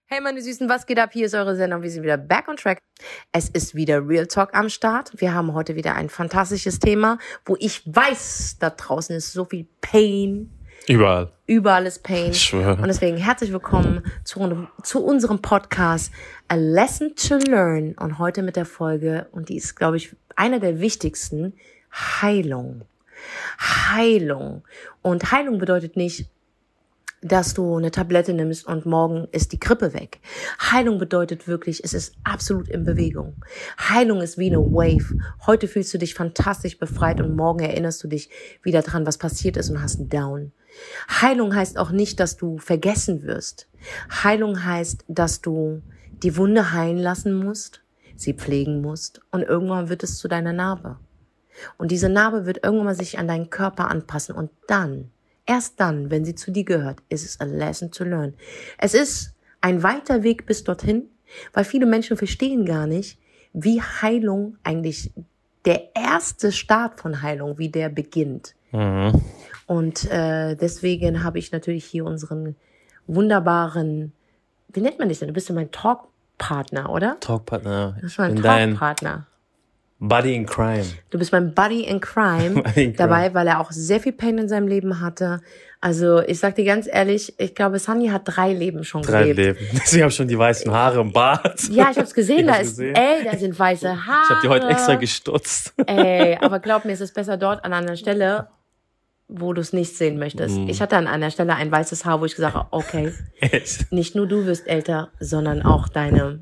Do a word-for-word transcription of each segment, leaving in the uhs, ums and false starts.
Hey meine Süßen, was geht ab? Hier ist eure Sendung. Wir sind wieder back on track. Es ist wieder Real Talk am Start. Wir haben heute wieder ein fantastisches Thema, wo ich weiß, da draußen ist so viel Pain. Überall. Überall ist Pain. Ich schwöre. Und deswegen herzlich willkommen zu, zu unserem Podcast A Lesson to Learn. Und heute mit der Folge, und die ist, glaube ich, einer der wichtigsten, Heilung. Heilung. Und Heilung bedeutet nicht, dass du eine Tablette nimmst und morgen ist die Grippe weg. Heilung bedeutet wirklich, es ist absolut in Bewegung. Heilung ist wie eine Wave. Heute fühlst du dich fantastisch befreit und morgen erinnerst du dich wieder dran, was passiert ist und hast einen Down. Heilung heißt auch nicht, dass du vergessen wirst. Heilung heißt, dass du die Wunde heilen lassen musst, sie pflegen musst und irgendwann wird es zu deiner Narbe. Und diese Narbe wird irgendwann mal sich an deinen Körper anpassen und dann, erst dann, wenn sie zu dir gehört, ist es a lesson to learn. Es ist ein weiter Weg bis dorthin, weil viele Menschen verstehen gar nicht, wie Heilung eigentlich, der erste Start von Heilung, wie der beginnt. Mhm. Und äh, deswegen habe ich natürlich hier unseren wunderbaren, wie nennt man dich denn? Du bist ja mein Talkpartner, oder? Talkpartner. Du bist mein bin dein Talkpartner. Buddy in Crime. Du bist mein Buddy in Crime Buddy in dabei, Crime. weil er auch sehr viel Pain in seinem Leben hatte. Also ich sag dir ganz ehrlich, ich glaube, Sunny hat drei Leben schon Drei gelebt. Leben. Deswegen habe ich schon die weißen Haare im Bart. Ja, ich hab's gesehen, Ich da hab's ist, gesehen. ey, da sind weiße Haare. Ich habe die heute extra gestutzt. Ey, aber glaub mir, es ist besser dort an einer Stelle, wo du es nicht sehen möchtest. Mm. Ich hatte an einer Stelle ein weißes Haar, wo ich gesagt habe, okay, Echt? nicht nur du wirst älter, sondern auch deine,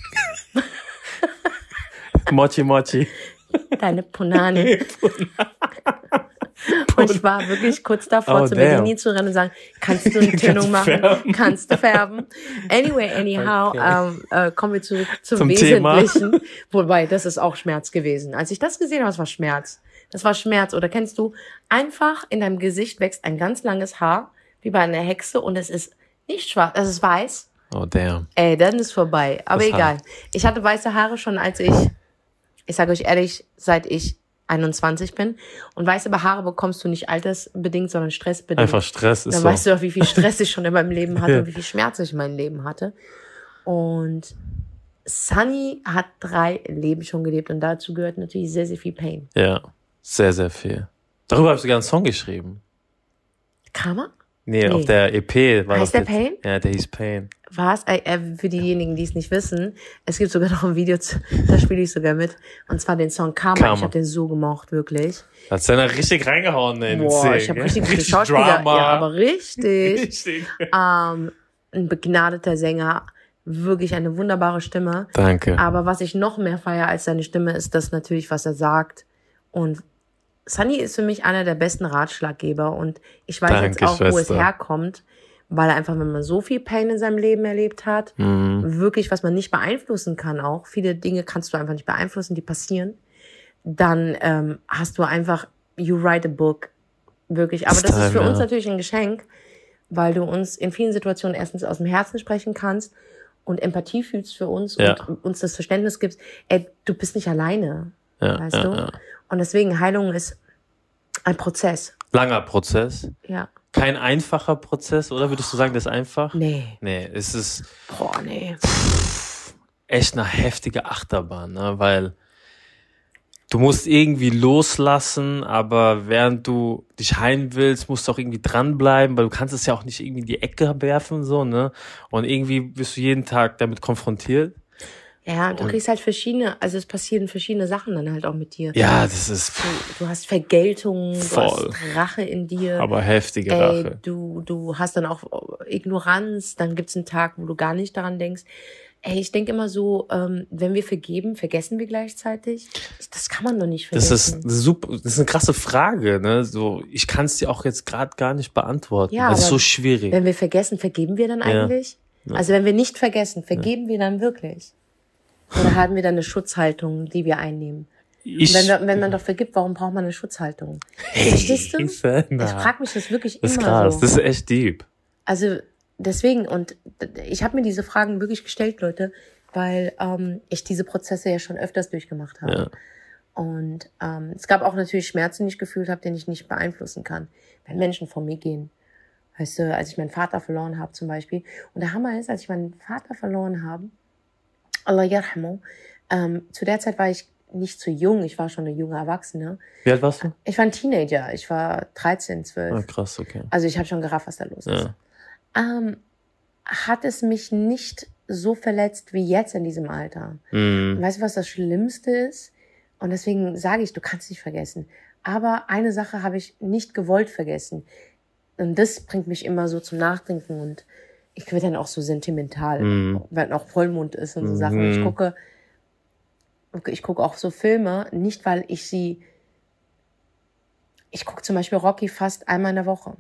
Mochi Mochi. deine Punani. Und ich war wirklich kurz davor, Oh, zu damn. Melanie zu rennen und sagen, kannst du eine Tönung Kannst du machen? färben? Kannst du färben? Anyway, anyhow, Okay. ähm, äh, kommen wir zurück zum, Zum Wesentlichen. Wobei, das ist auch Schmerz gewesen. Als ich das gesehen habe, das war Schmerz. Das war Schmerz. Oder kennst du, einfach in deinem Gesicht wächst ein ganz langes Haar, wie bei einer Hexe, und es ist nicht schwarz, es ist weiß. Oh, damn. Ey, dann ist vorbei. Aber Das egal. Haar. Ich hatte weiße Haare schon, als ich, ich sage euch ehrlich, seit ich einundzwanzig bin. Und weiße Haare bekommst du nicht altersbedingt, sondern stressbedingt. Einfach Stress ist Dann so. weißt du auch, wie viel Stress ich schon in meinem Leben hatte Ja. und wie viel Schmerz ich in meinem Leben hatte. Und Sunny hat drei Leben schon gelebt und dazu gehört natürlich sehr, sehr viel Pain. Ja, sehr, sehr viel. Darüber habe ich sogar einen Song geschrieben. Karma? Nee, Nee. auf der E P war Heißt das der jetzt- Pain? Ja, der hieß Pain. Was? Äh, äh, für diejenigen, die es nicht wissen, es gibt sogar noch ein Video, zu, da spiele ich sogar mit. Und zwar den Song Karma. Karma. Ich habe den so gemocht, wirklich. Da hat seiner richtig reingehauen in den Boah, Sing, ich habe ja. richtig gute Richtig Schauspieler. Drama. Ja, aber richtig. Richtig. ähm, ein begnadeter Sänger. Wirklich eine wunderbare Stimme. Danke. Aber was ich noch mehr feiere als seine Stimme, ist das natürlich, was er sagt. Und Sunny ist für mich einer der besten Ratschlaggeber. Und ich weiß Danke, jetzt auch, wo es Schwester. herkommt. Weil er einfach, wenn man so viel Pain in seinem Leben erlebt hat, Mhm. wirklich, was man nicht beeinflussen kann auch, viele Dinge kannst du einfach nicht beeinflussen, die passieren, dann ähm, hast du einfach, you write a book. Wirklich. Aber It's das ist time, für uns ja. natürlich ein Geschenk, weil du uns in vielen Situationen erstens aus dem Herzen sprechen kannst und Empathie fühlst für uns Ja. und uns das Verständnis gibst, ey, du bist nicht alleine, Ja, weißt ja, du? ja. Und deswegen, Heilung ist ein Prozess. Langer Prozess. Ja. Kein einfacher Prozess, oder? Würdest du sagen, das ist einfach? Nee. Nee, es ist Boah, nee. echt eine heftige Achterbahn, ne? Weil du musst irgendwie loslassen, aber während du dich heilen willst, musst du auch irgendwie dranbleiben, weil du kannst es ja auch nicht irgendwie in die Ecke werfen, so, ne? Und irgendwie wirst du jeden Tag damit konfrontiert. Ja, du kriegst halt verschiedene, also es passieren verschiedene Sachen dann halt auch mit dir. Ja, das ist Du, du hast Vergeltung, Voll. du hast Rache in dir. aber heftige Ey, Rache. du, du hast dann auch Ignoranz, dann gibt's einen Tag, wo du gar nicht daran denkst. Ey, ich denke immer so, ähm, wenn wir vergeben, vergessen wir gleichzeitig? Das kann man doch nicht Das vergessen. ist super, das ist eine krasse Frage, ne? So, ich kann es dir auch jetzt gerade gar nicht beantworten. Ja, das ist aber so schwierig. Wenn wir vergessen, vergeben wir dann Ja. eigentlich? Also wenn wir nicht vergessen, vergeben wir dann wirklich? Oder haben wir dann eine Schutzhaltung, die wir einnehmen? Ich, Wenn, wir, wenn man doch vergibt, warum braucht man eine Schutzhaltung? Verstehst du? Hilfe, Ich na. frage mich das wirklich Das ist immer krass, so. das ist echt deep. Also deswegen, und ich habe mir diese Fragen wirklich gestellt, Leute, weil ähm, ich diese Prozesse ja schon öfters durchgemacht habe. Ja. Und ähm, es gab auch natürlich Schmerzen, die ich gefühlt habe, den ich nicht beeinflussen kann. Wenn Menschen vor mir gehen, Weißt du, als ich meinen Vater verloren habe zum Beispiel. Und der Hammer ist, als ich meinen Vater verloren habe, Allah yarhamu, ähm, zu der Zeit war ich nicht zu jung, ich war schon eine junge Erwachsene. Wie alt warst du? Ich war ein Teenager, ich war dreizehn, zwölf. Ah, krass, okay. Also ich habe schon gerafft, was da los ist. Ja. Ähm, hat es mich nicht so verletzt wie jetzt in diesem Alter. Mhm. Und weißt du, was das Schlimmste ist? Und deswegen sage ich, du kannst nicht vergessen. Aber eine Sache habe ich nicht gewollt vergessen. Und das bringt mich immer so zum Nachdenken und ich werde dann auch so sentimental, Mhm. wenn auch Vollmond ist und so Mhm. Sachen. Ich gucke, ich gucke auch so Filme, nicht weil ich sie, ich gucke zum Beispiel Rocky fast einmal in der Woche.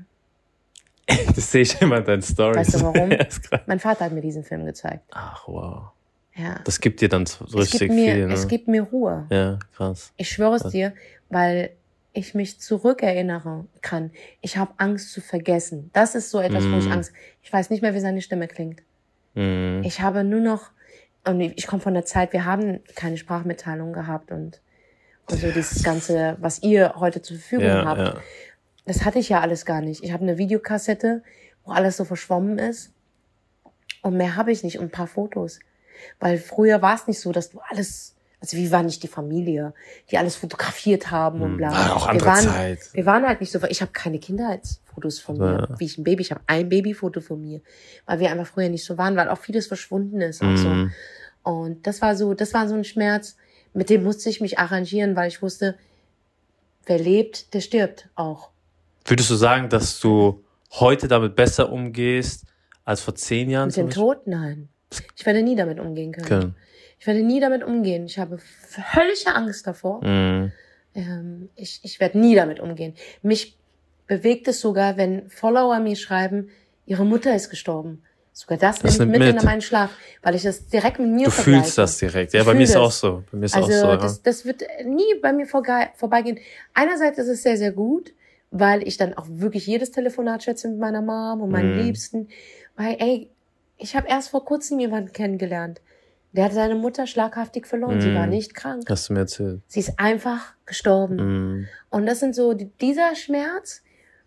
Das sehe ich immer in deinen Stories. Weißt du warum? Ja, ist krass. Mein Vater hat mir diesen Film gezeigt. Ach, wow. Ja. Das gibt dir dann so Es richtig gibt mir, viel, ne? es gibt mir Ruhe. Ja, krass. Ich schwöre es Krass. dir, weil ich mich zurückerinnern kann. Ich habe Angst zu vergessen. Das ist so etwas, wo ich Mm. Angst. Ich weiß nicht mehr, wie seine Stimme klingt. Mhm. Ich habe nur noch, und ich komme von der Zeit, wir haben keine Sprachmitteilung gehabt und, und so dieses Ganze, was ihr heute zur Verfügung Ja, habt. ja. Das hatte ich ja alles gar nicht. Ich habe eine Videokassette, wo alles so verschwommen ist. Und mehr habe ich nicht und ein paar Fotos. Weil früher war es nicht so, dass du alles, also wir waren nicht die Familie, die alles fotografiert haben und bla. War auch wir andere waren, Zeit. Wir waren halt nicht so, ich habe keine Kindheitsfotos von mir, Ja. wie ich ein Baby, ich habe ein Babyfoto von mir, weil wir einfach früher nicht so waren, weil auch vieles verschwunden ist auch Mhm. so. Und das war so, das war so ein Schmerz, mit dem musste ich mich arrangieren, weil ich wusste, wer lebt, der stirbt auch. Würdest du sagen, dass du heute damit besser umgehst als vor zehn Jahren? Mit dem zum Tod? Nein. Ich werde nie damit umgehen können. Beispiel? Ich werde nie damit umgehen. Ich habe völlige Angst davor. Mhm. Ähm, ich, ich werde nie damit umgehen. Mich bewegt es sogar, wenn Follower mir schreiben, ihre Mutter ist gestorben. Sogar das Das nehme ich nimmt mit, mit. in meinen Schlaf, weil ich das direkt mit mir Du vergleiche. fühlst das direkt. Ja, Ich bei mir fühl ist das. auch so. Bei mir ist Also auch so. Ja. das, das wird nie bei mir vorge- vorbeigehen. Einerseits ist es sehr, sehr gut, weil ich dann auch wirklich jedes Telefonat schätze mit meiner Mom und meinen Mhm. Liebsten. Weil, ey, ich habe erst vor kurzem jemanden kennengelernt. Der hat seine Mutter schlaghaftig verloren. Sie Mhm. war nicht krank. Hast du mir erzählt. Sie ist einfach gestorben. Mhm. Und das sind so, die- dieser Schmerz,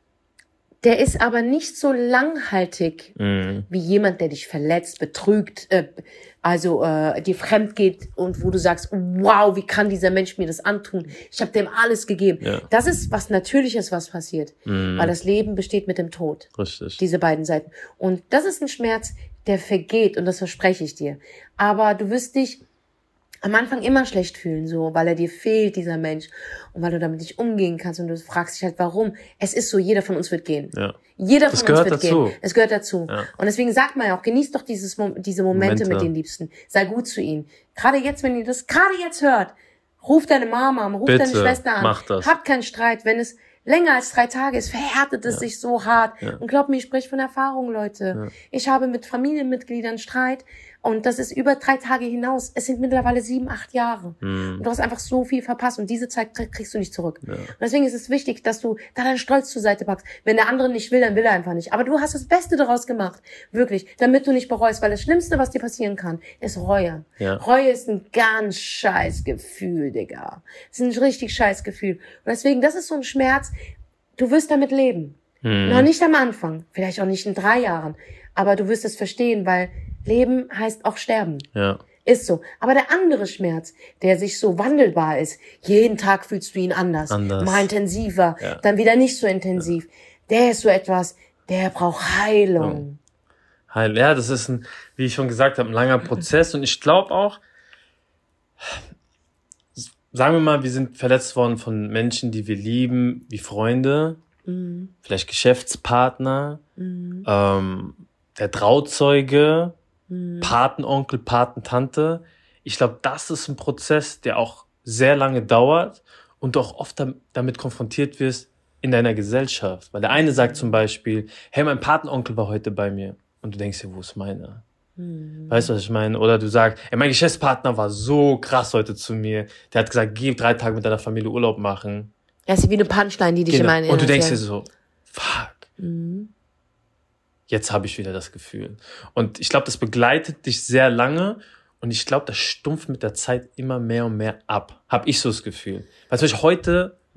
der ist aber nicht so langhaltig Mhm. wie jemand, der dich verletzt, betrügt, äh, also äh, dir fremd geht und wo du sagst, wow, wie kann dieser Mensch mir das antun? Ich habe dem alles gegeben. Ja. Das ist was Natürliches, was passiert, Mhm. weil das Leben besteht mit dem Tod. Richtig. Diese beiden Seiten. Und das ist ein Schmerz, der vergeht und das verspreche ich dir. Aber du wirst dich am Anfang immer schlecht fühlen, so, weil er dir fehlt, dieser Mensch. Und weil du damit nicht umgehen kannst und du fragst dich halt, warum. Es ist so, jeder von uns wird gehen. Ja. Jeder Das von uns gehört wird dazu. gehen. Es gehört dazu. Ja. Und deswegen sagt man ja auch, genießt doch dieses, Mom- diese Momente, Momente. mit den Liebsten. Sei gut zu ihnen. Gerade jetzt, wenn ihr das gerade jetzt hört, ruf deine Mama an, ruf Bitte, deine Schwester an. mach das. Habt keinen Streit. Wenn es länger als drei Tage ist, verhärtet es sich so hart. Ja. Und glaubt mir, ich spreche von Erfahrung, Leute. Ja. Ich habe mit Familienmitgliedern Streit und das ist über drei Tage hinaus. Es sind mittlerweile sieben, acht Jahre. Mhm. Und du hast einfach so viel verpasst und diese Zeit krieg- kriegst du nicht zurück. Ja. Und deswegen ist es wichtig, dass du da deinen Stolz zur Seite packst. Wenn der andere nicht will, dann will er einfach nicht. Aber du hast das Beste daraus gemacht. Wirklich. Damit du nicht bereust. Weil das Schlimmste, was dir passieren kann, ist Reue. Ja. Reue ist ein ganz scheiß Gefühl, Digga. Es ist ein richtig scheiß Gefühl. Und deswegen, das ist so ein Schmerz. Du wirst damit leben. Mhm. Noch nicht am Anfang. Vielleicht auch nicht in drei Jahren. Aber du wirst es verstehen, weil Leben heißt auch sterben. Ja. Ist so. Aber der andere Schmerz, der sich so wandelbar ist, jeden Tag fühlst du ihn anders. Anders. Mal intensiver, Ja. dann wieder nicht so intensiv. Der ist so etwas, der braucht Heilung. Heil. Ja, das ist ein, wie ich schon gesagt habe, ein langer Prozess. Und ich glaube auch, sagen wir mal, wir sind verletzt worden von Menschen, die wir lieben, wie Freunde, Mhm. vielleicht Geschäftspartner, Mhm. ähm, der Trauzeuge, Mhm. Patenonkel, Patentante. Ich glaube, das ist ein Prozess, der auch sehr lange dauert und du auch oft dam- damit konfrontiert wirst in deiner Gesellschaft. Weil der eine sagt zum Beispiel, hey, mein Patenonkel war heute bei mir. Und du denkst dir, wo ist meiner? Mhm. Weißt du, was ich meine? Oder du sagst, ey, mein Geschäftspartner war so krass heute zu mir. Der hat gesagt, geh drei Tage mit deiner Familie Urlaub machen. Das ist wie eine Punchline, die dich Genau. immer erinnert. Und du denkst dir ja. so, fuck, Mhm. jetzt habe ich wieder das Gefühl. Und ich glaube, das begleitet dich sehr lange. Und ich glaube, das stumpft mit der Zeit immer mehr und mehr ab. Hab ich so das Gefühl. Weil zum Beispiel heute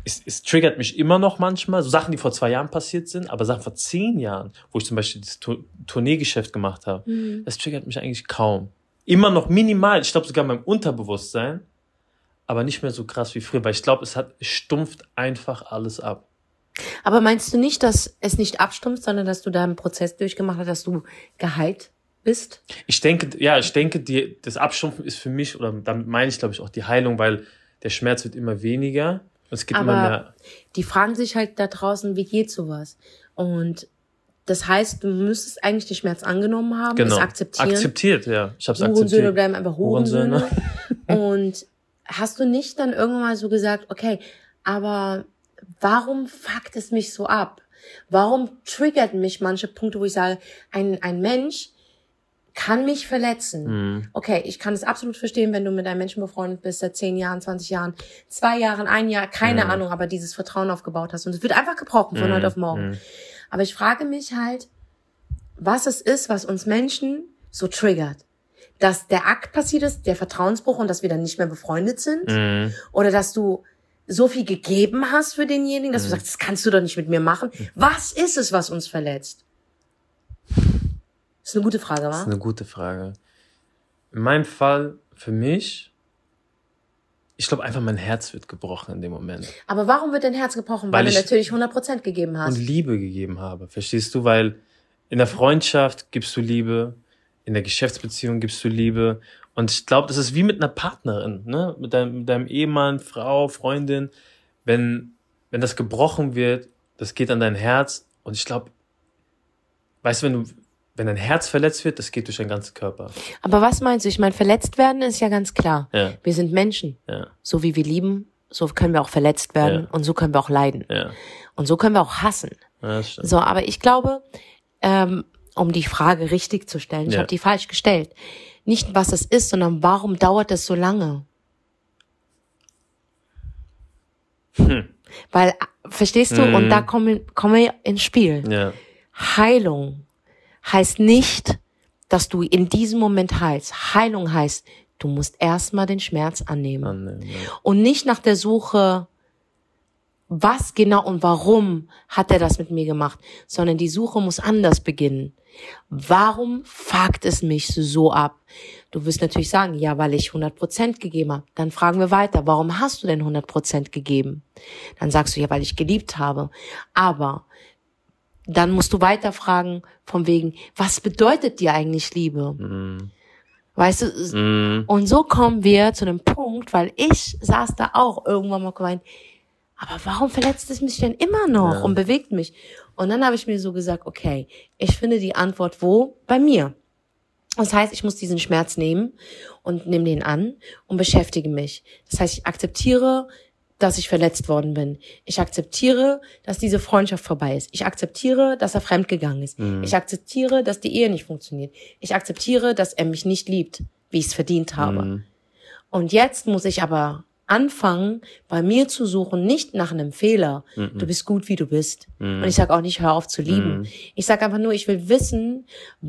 es, es triggert mich immer noch manchmal, so Sachen, die vor zwei Jahren passiert sind, aber Sachen vor zehn Jahren, wo ich zum Beispiel das Tour- Tourneegeschäft gemacht habe, Mhm. das triggert mich eigentlich kaum. Immer noch minimal, ich glaube sogar in meinem Unterbewusstsein, aber nicht mehr so krass wie früher, weil ich glaube, es hat, es stumpft einfach alles ab. Aber meinst du nicht, dass es nicht abstumpft, sondern dass du da einen Prozess durchgemacht hast, dass du geheilt bist? Ich denke, ja, ich denke, die, das Abstumpfen ist für mich, oder damit meine ich, glaube ich, auch die Heilung, weil der Schmerz wird immer weniger und es gibt Aber immer mehr. Die fragen sich halt da draußen, wie geht sowas? Und das heißt, du müsstest eigentlich den Schmerz angenommen haben, Genau. es akzeptieren. Akzeptiert, ja. Ich habe es Hurensöhne akzeptiert. bleiben einfach Hurensöhne. Und hast du nicht dann irgendwann mal so gesagt, okay, aber warum fuckt es mich so ab? Warum triggert mich manche Punkte, wo ich sage, ein, ein Mensch kann mich verletzen. Mhm. Okay, ich kann es absolut verstehen, wenn du mit einem Menschen befreundet bist, seit zehn Jahren, zwanzig Jahren, zwei Jahren, ein Jahr, keine Mhm. Ahnung, aber dieses Vertrauen aufgebaut hast. Und es wird einfach gebrochen von Mhm. heute auf morgen. Mhm. Aber ich frage mich halt, was es ist, was uns Menschen so triggert. Dass der Akt passiert ist, der Vertrauensbruch, und dass wir dann nicht mehr befreundet sind. Mhm. Oder dass du so viel gegeben hast für denjenigen, dass Mhm. du sagst, das kannst du doch nicht mit mir machen. Was ist es, was uns verletzt? Das ist eine gute Frage, Das ist wa? eine gute Frage. In meinem Fall, für mich, ich glaube einfach, mein Herz wird gebrochen in dem Moment. Aber warum wird dein Herz gebrochen? Weil, Weil du ich- natürlich hundert Prozent gegeben hast. Und Liebe gegeben habe. Verstehst du? Weil in der Freundschaft gibst du Liebe, in der Geschäftsbeziehung gibst du Liebe. Und ich glaube, das ist wie mit einer Partnerin, ne? Mit deinem, mit deinem Ehemann, Frau, Freundin. Wenn, wenn das gebrochen wird, das geht an dein Herz. Und ich glaube, weißt du, wenn du, wenn dein Herz verletzt wird, das geht durch deinen ganzen Körper. Aber was meinst du? Ich meine, verletzt werden ist ja ganz klar. Ja, Wir sind Menschen. ja, So wie wir lieben, so können wir auch verletzt werden Ja. und so können wir auch leiden. ja. Und so können wir auch hassen. Ja, das stimmt. So, aber ich glaube, ähm, um die Frage richtig zu stellen, ich Ja. habe die falsch gestellt. Nicht, was es ist, sondern warum dauert es so lange? Hm. Weil, äh, verstehst du? Mhm. Und da kommen, kommen wir ins Spiel. Ja, Heilung heißt nicht, dass du in diesem Moment heilst. Heilung heißt, du musst erstmal den Schmerz annehmen. annehmen, ja. Und nicht nach der Suche, was genau und warum hat er das mit mir gemacht, sondern die Suche muss anders beginnen. Warum fuckt es mich so ab? Du wirst natürlich sagen, ja, weil ich hundert Prozent gegeben habe. Dann fragen wir weiter, warum hast du denn hundert Prozent gegeben? Dann sagst du, ja, weil ich geliebt habe. Aber dann musst du weiter fragen, von wegen, was bedeutet dir eigentlich Liebe? Mhm. Weißt du, Mhm. und so kommen wir zu einem Punkt, weil ich saß da auch irgendwann mal gemeint, aber warum verletzt es mich denn immer noch Ja. und bewegt mich? Und dann habe ich mir so gesagt, okay, ich finde die Antwort wo? Bei mir. Das heißt, ich muss diesen Schmerz nehmen und nehme den an und beschäftige mich. Das heißt, ich akzeptiere, dass ich verletzt worden bin. Ich akzeptiere, dass diese Freundschaft vorbei ist. Ich akzeptiere, dass er fremdgegangen ist. Mhm. Ich akzeptiere, dass die Ehe nicht funktioniert. Ich akzeptiere, dass er mich nicht liebt, wie ich es verdient habe. Mhm. Und jetzt muss ich aber anfangen, bei mir zu suchen, nicht nach einem Fehler. Mhm. Du bist gut, wie du bist. Mhm. Und ich sage auch nicht, hör auf zu lieben. Mhm. Ich sage einfach nur, ich will wissen,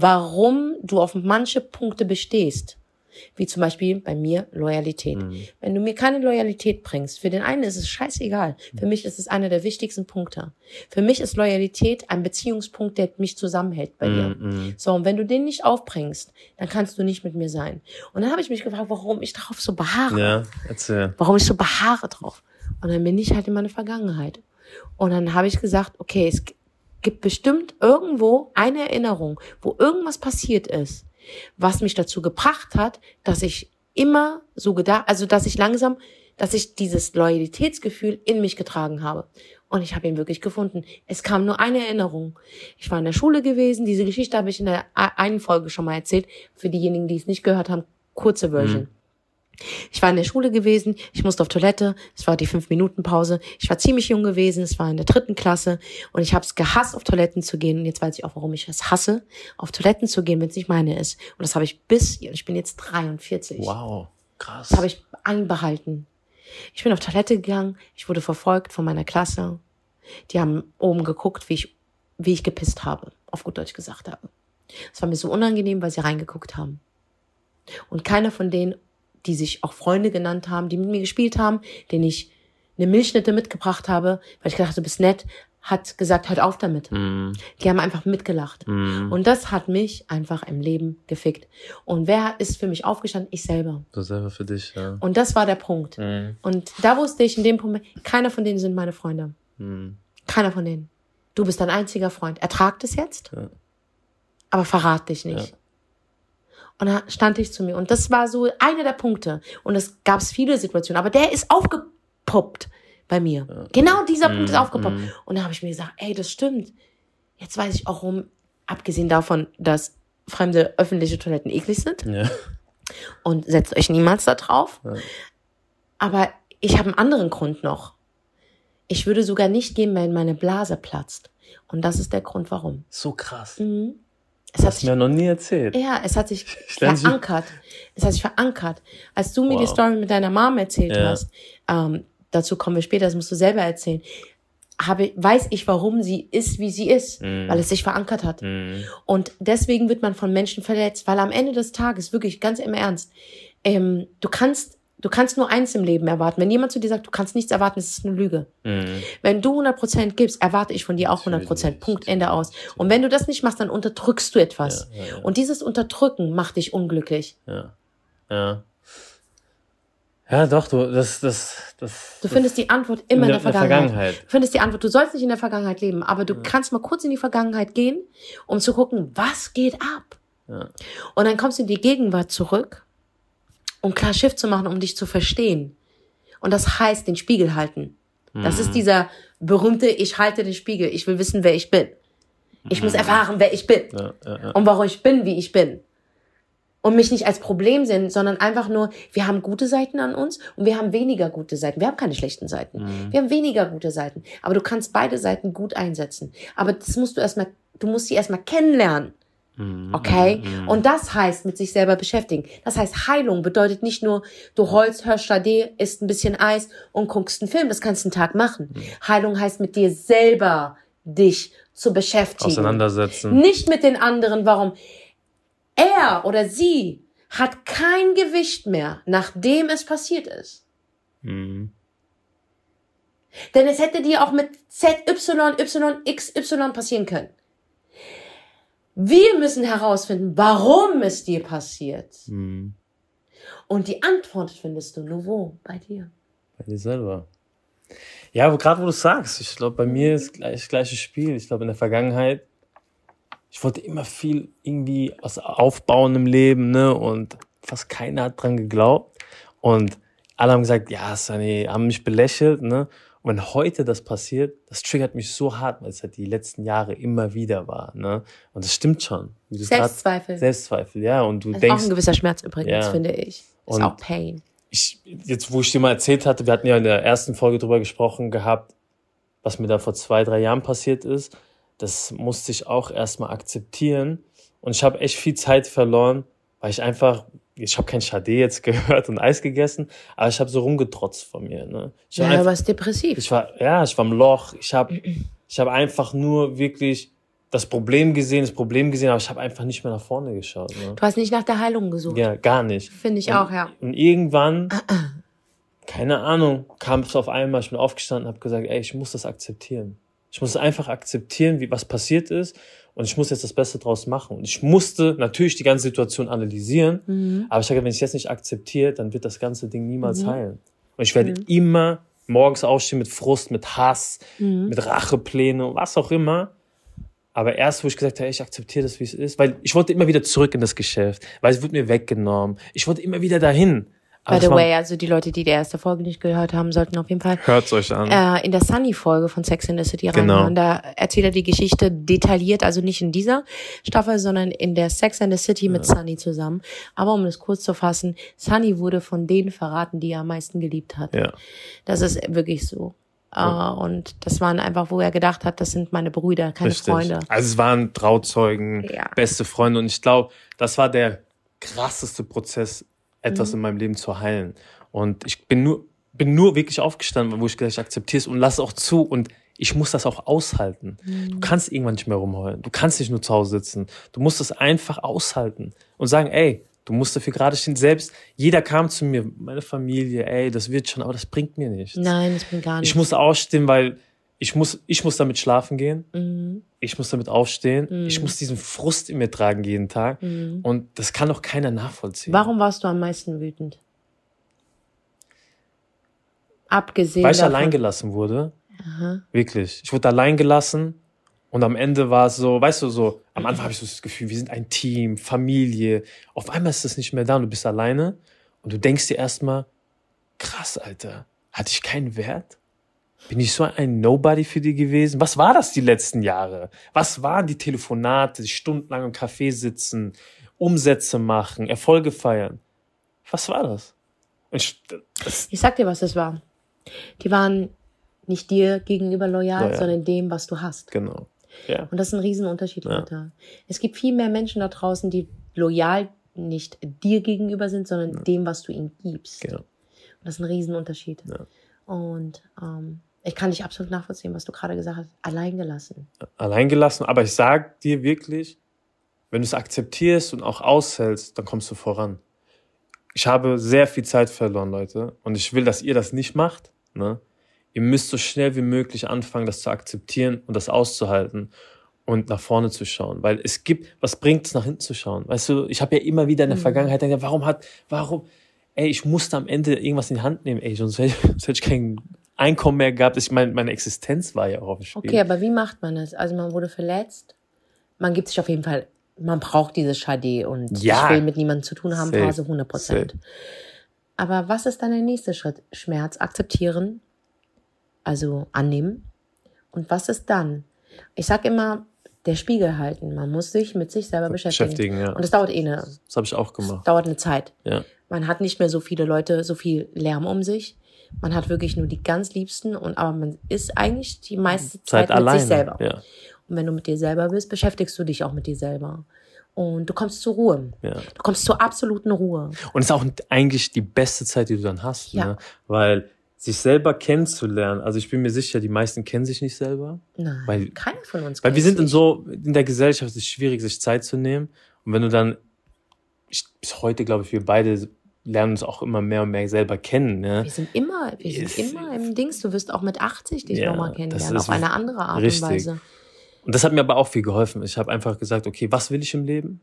warum du auf manche Punkte bestehst. Wie zum Beispiel bei mir Loyalität. Mhm. Wenn du mir keine Loyalität bringst, für den einen ist es scheißegal. Für mich ist es einer der wichtigsten Punkte. Für mich ist Loyalität ein Beziehungspunkt, der mich zusammenhält bei dir. Mhm. So, und wenn du den nicht aufbringst, dann kannst du nicht mit mir sein. Und dann habe ich mich gefragt, warum ich darauf so beharre. Ja, erzähl. Warum ich so beharre drauf. Und dann bin ich halt in meine Vergangenheit. Und dann habe ich gesagt, okay, es g- gibt bestimmt irgendwo eine Erinnerung, wo irgendwas passiert ist, was mich dazu gebracht hat, dass ich immer so gedacht, also dass ich langsam, dass ich dieses Loyalitätsgefühl in mich getragen habe. Und ich habe ihn wirklich gefunden. Es kam nur eine Erinnerung. Ich war in der Schule gewesen. Diese Geschichte habe ich in der a- einen Folge schon mal erzählt. Für diejenigen, die es nicht gehört haben, kurze Version. Mhm. Ich war in der Schule gewesen, ich musste auf Toilette, es war die fünf-Minuten-Pause. Ich war ziemlich jung gewesen, es war in der dritten Klasse und ich habe es gehasst, auf Toiletten zu gehen. Und jetzt weiß ich auch, warum ich es hasse, auf Toiletten zu gehen, wenn es nicht meine ist. Und das habe ich bis, ich bin jetzt dreiundvierzig. Wow, krass. Das habe ich einbehalten. Ich bin auf Toilette gegangen, ich wurde verfolgt von meiner Klasse. Die haben oben geguckt, wie ich, wie ich gepisst habe, auf gut Deutsch gesagt habe. Es war mir so unangenehm, weil sie reingeguckt haben. Und keiner von denen, die sich auch Freunde genannt haben, die mit mir gespielt haben, denen ich eine Milchschnitte mitgebracht habe, weil ich gedacht habe, du bist nett, hat gesagt, hört auf damit. Mm. Die haben einfach mitgelacht. Mm. Und das hat mich einfach im Leben gefickt. Und wer ist für mich aufgestanden? Ich selber. Du selber für dich, ja. Und das war der Punkt. Mm. Und da wusste ich in dem Punkt, keiner von denen sind meine Freunde. Mm. Keiner von denen. Du bist dein einziger Freund. Ertrag es jetzt, Ja. aber verrat dich nicht. Ja. Und da stand ich zu mir. Und das war so einer der Punkte. Und es gab viele Situationen. Aber der ist aufgepoppt bei mir. Ja. Genau dieser Punkt mm, ist aufgepoppt. Mm. Und da habe ich mir gesagt, ey, das stimmt. Jetzt weiß ich auch, warum, abgesehen davon, dass fremde öffentliche Toiletten eklig sind. Ja. Und setzt euch niemals da drauf. Ja. Aber ich habe einen anderen Grund noch. Ich würde sogar nicht gehen, wenn meine Blase platzt. Und das ist der Grund, warum. So krass. Mhm. Es Das hat hast du sich, mir noch nie erzählt. ja, es hat sich Ich lerne sie- verankert. Es hat sich verankert. Als du mir Wow. die Story mit deiner Mom erzählt Ja. hast, ähm, dazu kommen wir später, das musst du selber erzählen, habe, weiß ich, warum sie ist, wie sie ist, Mhm. weil es sich verankert hat. Mm. Und deswegen wird man von Menschen verletzt, weil am Ende des Tages, wirklich ganz im Ernst, ähm, du kannst, du kannst nur eins im Leben erwarten. Wenn jemand zu dir sagt, du kannst nichts erwarten, das ist eine Lüge. Mm. Wenn du hundert Prozent gibst, erwarte ich von dir auch hundert Prozent. Natürlich, Punkt, Ende aus. natürlich. Und wenn du das nicht machst, dann unterdrückst du etwas. Ja, ja, ja. Und dieses Unterdrücken macht dich unglücklich. Ja. Ja. Ja, doch, du, das, das, das. Du findest die Antwort immer in der, Vergangenheit. Vergangenheit. Du findest die Antwort. Du sollst nicht in der Vergangenheit leben, aber du kannst mal kurz in die Vergangenheit gehen, um zu gucken, was geht ab. Ja. Und dann kommst du in die Gegenwart zurück, um klar Schiff zu machen, um dich zu verstehen. Und das heißt, den Spiegel halten. Das ist dieser berühmte, ich halte den Spiegel. Ich will wissen, wer ich bin. Ich muss erfahren, wer ich bin. Ja, ja, ja. Und warum ich bin, wie ich bin. Und mich nicht als Problem sehen, sondern einfach nur, wir haben gute Seiten an uns und wir haben weniger gute Seiten. Wir haben keine schlechten Seiten. Mhm. Wir haben weniger gute Seiten. Aber du kannst beide Seiten gut einsetzen. Aber das musst du erstmal, du musst sie erstmal kennenlernen. Mhm. Okay? Mhm. Und das heißt, mit sich selber beschäftigen. Das heißt, Heilung bedeutet nicht nur, du heulst, hörst Sade, isst ein bisschen Eis und guckst einen Film. Das kannst du einen Tag machen. Mhm. Heilung heißt, mit dir selber dich zu beschäftigen. Auseinandersetzen. Nicht mit den anderen, warum er oder sie hat kein Gewicht mehr, nachdem es passiert ist. Mhm. Denn es hätte dir auch mit Z, Y, Y, X, Y passieren können. Wir müssen herausfinden, warum es dir passiert. Mhm. Und die Antwort findest du nur wo? Bei dir. Bei dir selber. Ja, aber gerade wo du sagst, ich glaube, bei mir ist gleich das gleiche Spiel. Ich glaube, in der Vergangenheit, ich wollte immer viel irgendwie was aufbauen im Leben, ne? Und fast keiner hat dran geglaubt. Und alle haben gesagt, ja, Sunny, haben mich belächelt, ne? Und wenn heute das passiert, das triggert mich so hart, weil es halt die letzten Jahre immer wieder war, ne? Und das stimmt schon. Wie du Selbstzweifel. grad- Selbstzweifel, ja. Und du Das ist denkst, auch ein gewisser Schmerz übrigens, Ja. finde ich. Das ist Und- auch Pain. ich, jetzt, wo ich dir mal erzählt hatte, wir hatten ja in der ersten Folge drüber gesprochen gehabt, was mir da vor zwei, drei Jahren passiert ist. Das musste ich auch erstmal akzeptieren. Und ich habe echt viel Zeit verloren, weil ich einfach, ich habe kein Sade jetzt gehört und Eis gegessen, aber ich habe so rumgetrotzt von mir. Ne? Ich war Ja, einfach, du warst depressiv. ich war, ja, ich war im Loch. Ich habe, ich habe einfach nur wirklich das Problem gesehen, das Problem gesehen, aber ich habe einfach nicht mehr nach vorne geschaut. Ne? Du hast nicht nach der Heilung gesucht. Ja, gar nicht. Finde ich Und- auch, ja. Und irgendwann, keine Ahnung, kam es auf einmal, ich bin aufgestanden und habe gesagt, ey, ich muss das akzeptieren. Ich muss einfach akzeptieren, wie was passiert ist und ich muss jetzt das Beste draus machen. Und ich musste natürlich die ganze Situation analysieren, Mhm. aber ich sage, wenn ich es jetzt nicht akzeptiere, dann wird das ganze Ding niemals Mhm. heilen. Und ich werde Mhm. immer morgens aufstehen mit Frust, mit Hass, Mhm. mit Rachepläne, was auch immer. Aber erst, wo ich gesagt habe, ey, ich akzeptiere das, wie es ist, weil ich wollte immer wieder zurück in das Geschäft, weil es wurde mir weggenommen. Ich wollte immer wieder dahin. Aber By the das war- way, also die Leute, die die erste Folge nicht gehört haben, sollten auf jeden Fall Hört's euch an. äh, in der Sunny-Folge von Sex and the City Genau. reinhören. Da erzählt er die Geschichte detailliert, also nicht in dieser Staffel, sondern in der Sex and the City mit Sunny zusammen. Aber um es kurz zu fassen, Sunny wurde von denen verraten, die er am meisten geliebt hat. Ja. Das ist wirklich so. Ja. Äh, und das waren einfach, wo er gedacht hat, das sind meine Brüder, keine Richtig. Freunde. Also es waren Trauzeugen, Ja. beste Freunde und ich glaube, das war der krasseste Prozess, etwas Mhm. in meinem Leben zu heilen. Und ich bin nur, bin nur wirklich aufgestanden, wo ich gesagt, ich akzeptiere es und lass es auch zu und ich muss das auch aushalten. Mhm. Du kannst irgendwann nicht mehr rumheulen. Du kannst nicht nur zu Hause sitzen. Du musst es einfach aushalten und sagen, ey, Du musst dafür gerade stehen. Selbst, jeder kam zu mir, meine Familie, ey, das wird schon, aber das bringt mir nichts. Nein, das bringt gar nichts. Ich muss aufstehen, weil ich muss, ich muss damit schlafen gehen. Mhm. Ich muss damit aufstehen. Mhm. Ich muss diesen Frust in mir tragen jeden Tag. Mhm. Und das kann doch keiner nachvollziehen. Warum warst du am meisten wütend? Abgesehen Weil ich davon. allein gelassen wurde. Aha. Wirklich. Ich wurde allein gelassen. Und am Ende war es so, weißt du, so, am Anfang habe ich so das Gefühl, wir sind ein Team, Familie. Auf einmal ist das nicht mehr da und du bist alleine. Und du denkst dir erstmal, krass, Alter, hatte ich keinen Wert? Bin ich so ein Nobody für die gewesen? Was war das die letzten Jahre? Was waren die Telefonate, stundenlang im Café sitzen, Umsätze machen, Erfolge feiern? Was war das? Ich, das Ich sag dir, was das war. Die waren nicht dir gegenüber loyal, Loyal. sondern dem, was du hast. genau. Ja. Und das ist ein Riesenunterschied, Ja. Leute. Es gibt viel mehr Menschen da draußen, die loyal nicht dir gegenüber sind, sondern Ja. dem, was du ihnen gibst. Genau. Und das ist ein Riesenunterschied. Ja. Und ähm, ich kann dich absolut nachvollziehen, was du gerade gesagt hast. Allein gelassen. Allein gelassen. Aber ich sag dir wirklich, wenn du es akzeptierst und auch aushältst, dann kommst du voran. Ich habe sehr viel Zeit verloren, Leute. Und ich will, dass ihr das nicht macht. Ne? Ihr müsst so schnell wie möglich anfangen, das zu akzeptieren und das auszuhalten und nach vorne zu schauen. Weil es gibt, was bringt es, nach hinten zu schauen? Weißt du, ich habe ja immer wieder in der Mhm. Vergangenheit gedacht, warum hat, warum, ey, ich musste am Ende irgendwas in die Hand nehmen, ey, sonst hätte ich, sonst hätte ich kein Einkommen mehr gehabt. Ich meine, meine Existenz war ja auch auf dem Spiel. Okay, aber wie macht man das? Also man wurde verletzt. Man gibt sich auf jeden Fall, man braucht dieses Schade und Ja. ich will mit niemandem zu tun haben, Safe. Phase hundert Prozent. Aber was ist dann der nächste Schritt? Schmerz akzeptieren, also annehmen. Und was ist dann? Ich sag immer, der Spiegel halten. Man muss sich mit sich selber beschäftigen. Beschäftigen, ja. Und das dauert eh eine, Das habe ich auch gemacht. dauert eine Zeit. Ja. Man hat nicht mehr so viele Leute, so viel Lärm um sich. Man hat wirklich nur die ganz Liebsten und aber man ist eigentlich die meiste Zeit, Zeit mit alleine. sich selber. Ja. Und wenn du mit dir selber bist, beschäftigst du dich auch mit dir selber. Und du kommst zur Ruhe. Ja. Du kommst zur absoluten Ruhe. Und es ist auch eigentlich die beste Zeit, die du dann hast, Ja. ne? Weil sich selber kennenzulernen, also ich bin mir sicher, die meisten kennen sich nicht selber. Nein, Weil- keiner von uns Weil kennt wir sind in sich. so, in der Gesellschaft ist es schwierig, sich Zeit zu nehmen. Und wenn du dann, ich, bis heute glaube ich, wir beide lernen uns auch immer mehr und mehr selber kennen, ne? Wir sind immer, wir sind Ist- immer im Dings. Du wirst auch mit achtzig dich Ja, nochmal das kennenlernen, ist auf eine andere Art richtig. und Weise. Und das hat mir aber auch viel geholfen. Ich habe einfach gesagt, okay, was will ich im Leben?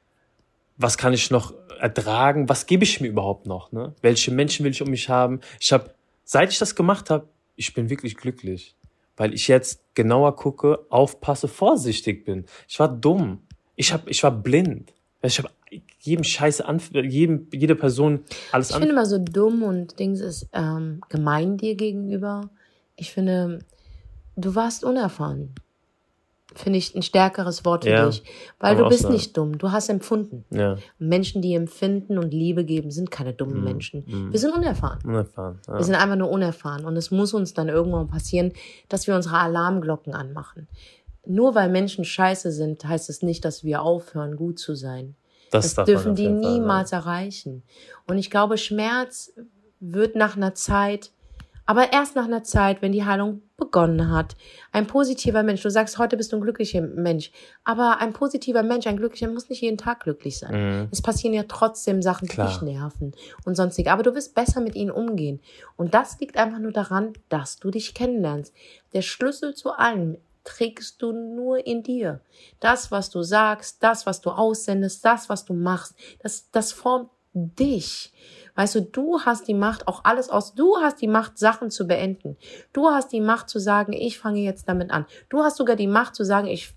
Was kann ich noch ertragen? Was gebe ich mir überhaupt noch? Ne? Welche Menschen will ich um mich haben? Ich habe, seit ich das gemacht habe, ich bin wirklich glücklich, weil ich jetzt genauer gucke, aufpasse, vorsichtig bin. Ich war dumm. Ich hab, ich war blind. Ich habe jedem Scheiße an, jedem, jede Person alles Ich an. finde immer so dumm und Dings ist ähm, gemein dir gegenüber. Ich finde, du warst unerfahren. Finde ich ein stärkeres Wort für Ja, dich. Weil aber du auch bist sagen. nicht dumm. Du hast empfunden. Ja, Und Menschen, die empfinden und Liebe geben, sind keine dummen Mhm, Menschen. mhm. Wir sind unerfahren. unerfahren. Ja. Wir sind einfach nur unerfahren. Und es muss uns dann irgendwann passieren, dass wir unsere Alarmglocken anmachen. Nur weil Menschen scheiße sind, heißt es nicht, dass wir aufhören, gut zu sein. Das, darf man dürfen auf die jeden Fall sagen. niemals erreichen. Und ich glaube, Schmerz wird nach einer Zeit, aber erst nach einer Zeit, wenn die Heilung begonnen hat. Ein positiver Mensch, du sagst, heute bist du ein glücklicher Mensch, aber ein positiver Mensch, ein glücklicher, muss nicht jeden Tag glücklich sein. Mhm. Es passieren ja trotzdem Sachen, die Klar. dich nerven und sonstig. Aber du wirst besser mit ihnen umgehen. Und das liegt einfach nur daran, dass du dich kennenlernst. Der Schlüssel zu allem trägst du nur in dir. Das, was du sagst, das, was du aussendest, das, was du machst, das, das formt dich. Weißt du, du hast die Macht, auch alles aus, du hast die Macht, Sachen zu beenden. Du hast die Macht zu sagen, ich fange jetzt damit an. Du hast sogar die Macht zu sagen, ich,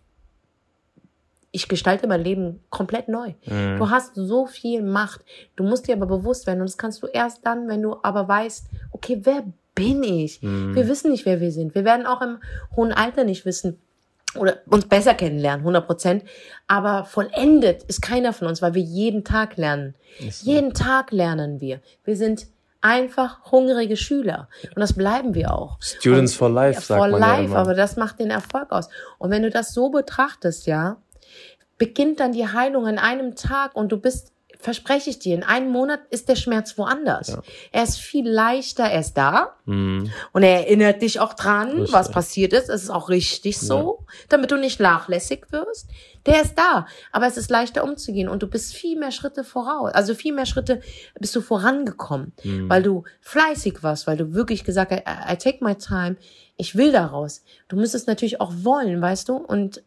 ich gestalte mein Leben komplett neu. Mhm. Du hast so viel Macht. Du musst dir aber bewusst werden und das kannst du erst dann, wenn du aber weißt, okay, wer bin ich? Mhm. Wir wissen nicht, wer wir sind. Wir werden auch im hohen Alter nicht wissen oder uns besser kennenlernen, hundert Prozent. Aber vollendet ist keiner von uns, weil wir jeden Tag lernen. Ist so. Jeden Tag lernen wir. Wir sind einfach hungrige Schüler. Und das bleiben wir auch. Students Und, for life, ja, sagt for man life, ja immer. aber das macht den Erfolg aus. Und wenn du das so betrachtest, ja, beginnt dann die Heilung in einem Tag und du bist verspreche ich dir, in einem Monat ist der Schmerz woanders. Ja. Er ist viel leichter, er ist da Mhm. und er erinnert dich auch dran, Richtig. was passiert ist. Es ist auch richtig so, damit du nicht nachlässig wirst. Der ist da, aber es ist leichter umzugehen und du bist viel mehr Schritte voraus. Also viel mehr Schritte bist du vorangekommen, Mhm. weil du fleißig warst, weil du wirklich gesagt hast, I, I take my time, ich will daraus. Du müsstest natürlich auch wollen, weißt du? Und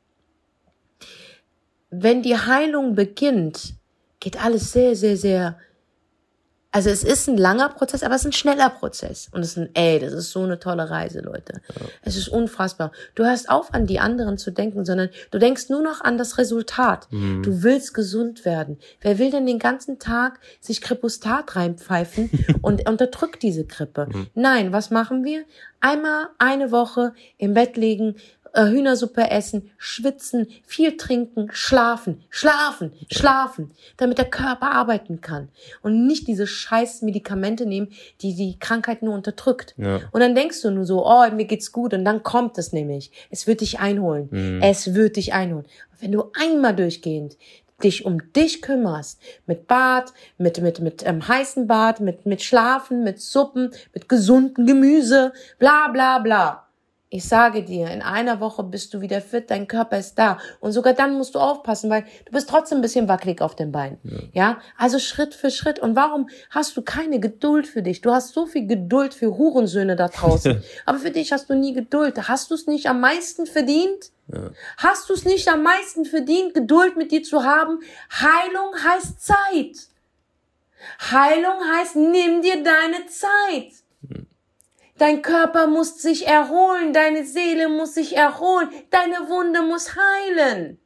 wenn die Heilung beginnt, geht alles sehr, sehr, sehr, also es ist ein langer Prozess, aber es ist ein schneller Prozess. Und es ist ein, ey, das ist so eine tolle Reise, Leute. Ja. Es ist unfassbar. Du hörst auf, an die anderen zu denken, sondern du denkst nur noch an das Resultat. Mhm. Du willst gesund werden. Wer will denn den ganzen Tag sich Kripostat reinpfeifen und unterdrückt diese Grippe? Mhm. Nein, was machen wir? Einmal eine Woche im Bett liegen, Hühnersuppe essen, schwitzen, viel trinken, schlafen, schlafen, schlafen, damit der Körper arbeiten kann und nicht diese scheiß Medikamente nehmen, die die Krankheit nur unterdrückt. Ja. Und dann denkst du nur so, oh, mir geht's gut und dann kommt es nämlich. Es wird dich einholen. Mhm. Es wird dich einholen. Wenn du einmal durchgehend dich um dich kümmerst, mit Bad, mit mit mit ähm, heißen Bad, mit mit Schlafen, mit Suppen, mit gesundem Gemüse, bla bla bla. Ich sage dir, in einer Woche bist du wieder fit, dein Körper ist da. Und sogar dann musst du aufpassen, weil du bist trotzdem ein bisschen wackelig auf den Beinen. Ja. ja? Also Schritt für Schritt. Und warum hast du keine Geduld für dich? Du hast so viel Geduld für Hurensöhne da draußen. Aber für dich hast du nie Geduld. Hast du es nicht am meisten verdient? Ja. Hast du es nicht am meisten verdient, Geduld mit dir zu haben? Heilung heißt Zeit. Heilung heißt, nimm dir deine Zeit. Hm. Dein Körper muss sich erholen, deine Seele muss sich erholen, deine Wunde muss heilen.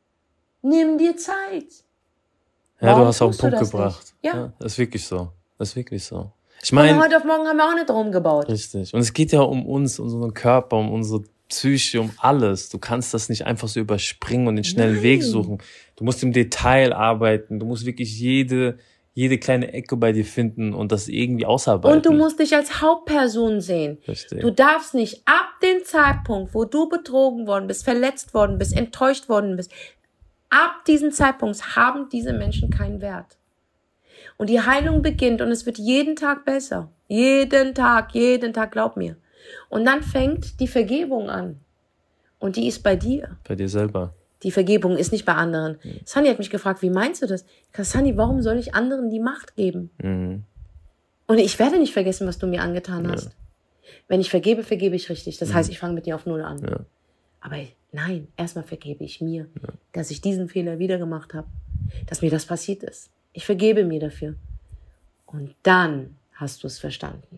Nimm dir Zeit. Ja, Warum du hast auch einen Punkt gebracht. Ja. ja, das ist wirklich so. Das ist wirklich so. Ich meine, von heute auf morgen haben wir auch nicht drum gebaut. Richtig. Und es geht ja um uns, um unseren Körper, um unsere Psyche, um alles. Du kannst das nicht einfach so überspringen und den schnellen Nein. Weg suchen. Du musst im Detail arbeiten. Du musst wirklich jede jede kleine Ecke bei dir finden und das irgendwie ausarbeiten. Und du musst dich als Hauptperson sehen. Verstehe. Du darfst nicht ab dem Zeitpunkt, wo du betrogen worden bist, verletzt worden bist, enttäuscht worden bist, ab diesem Zeitpunkt haben diese Menschen keinen Wert. Und die Heilung beginnt und es wird jeden Tag besser. Jeden Tag, jeden Tag, glaub mir. Und dann fängt die Vergebung an. Und die ist bei dir. Bei dir selber. Die Vergebung ist nicht bei anderen. Mhm. Sunny hat mich gefragt, wie meinst du das? Sunny, warum soll ich anderen die Macht geben? Mhm. Und ich werde nicht vergessen, was du mir angetan hast. Ja. Wenn ich vergebe, vergebe ich richtig. Das mhm. heißt, ich fange mit dir auf Null an. Ja. Aber nein, erstmal vergebe ich mir, ja. dass ich diesen Fehler wieder gemacht habe. Dass mir das passiert ist. Ich vergebe mir dafür. Und dann hast du es verstanden.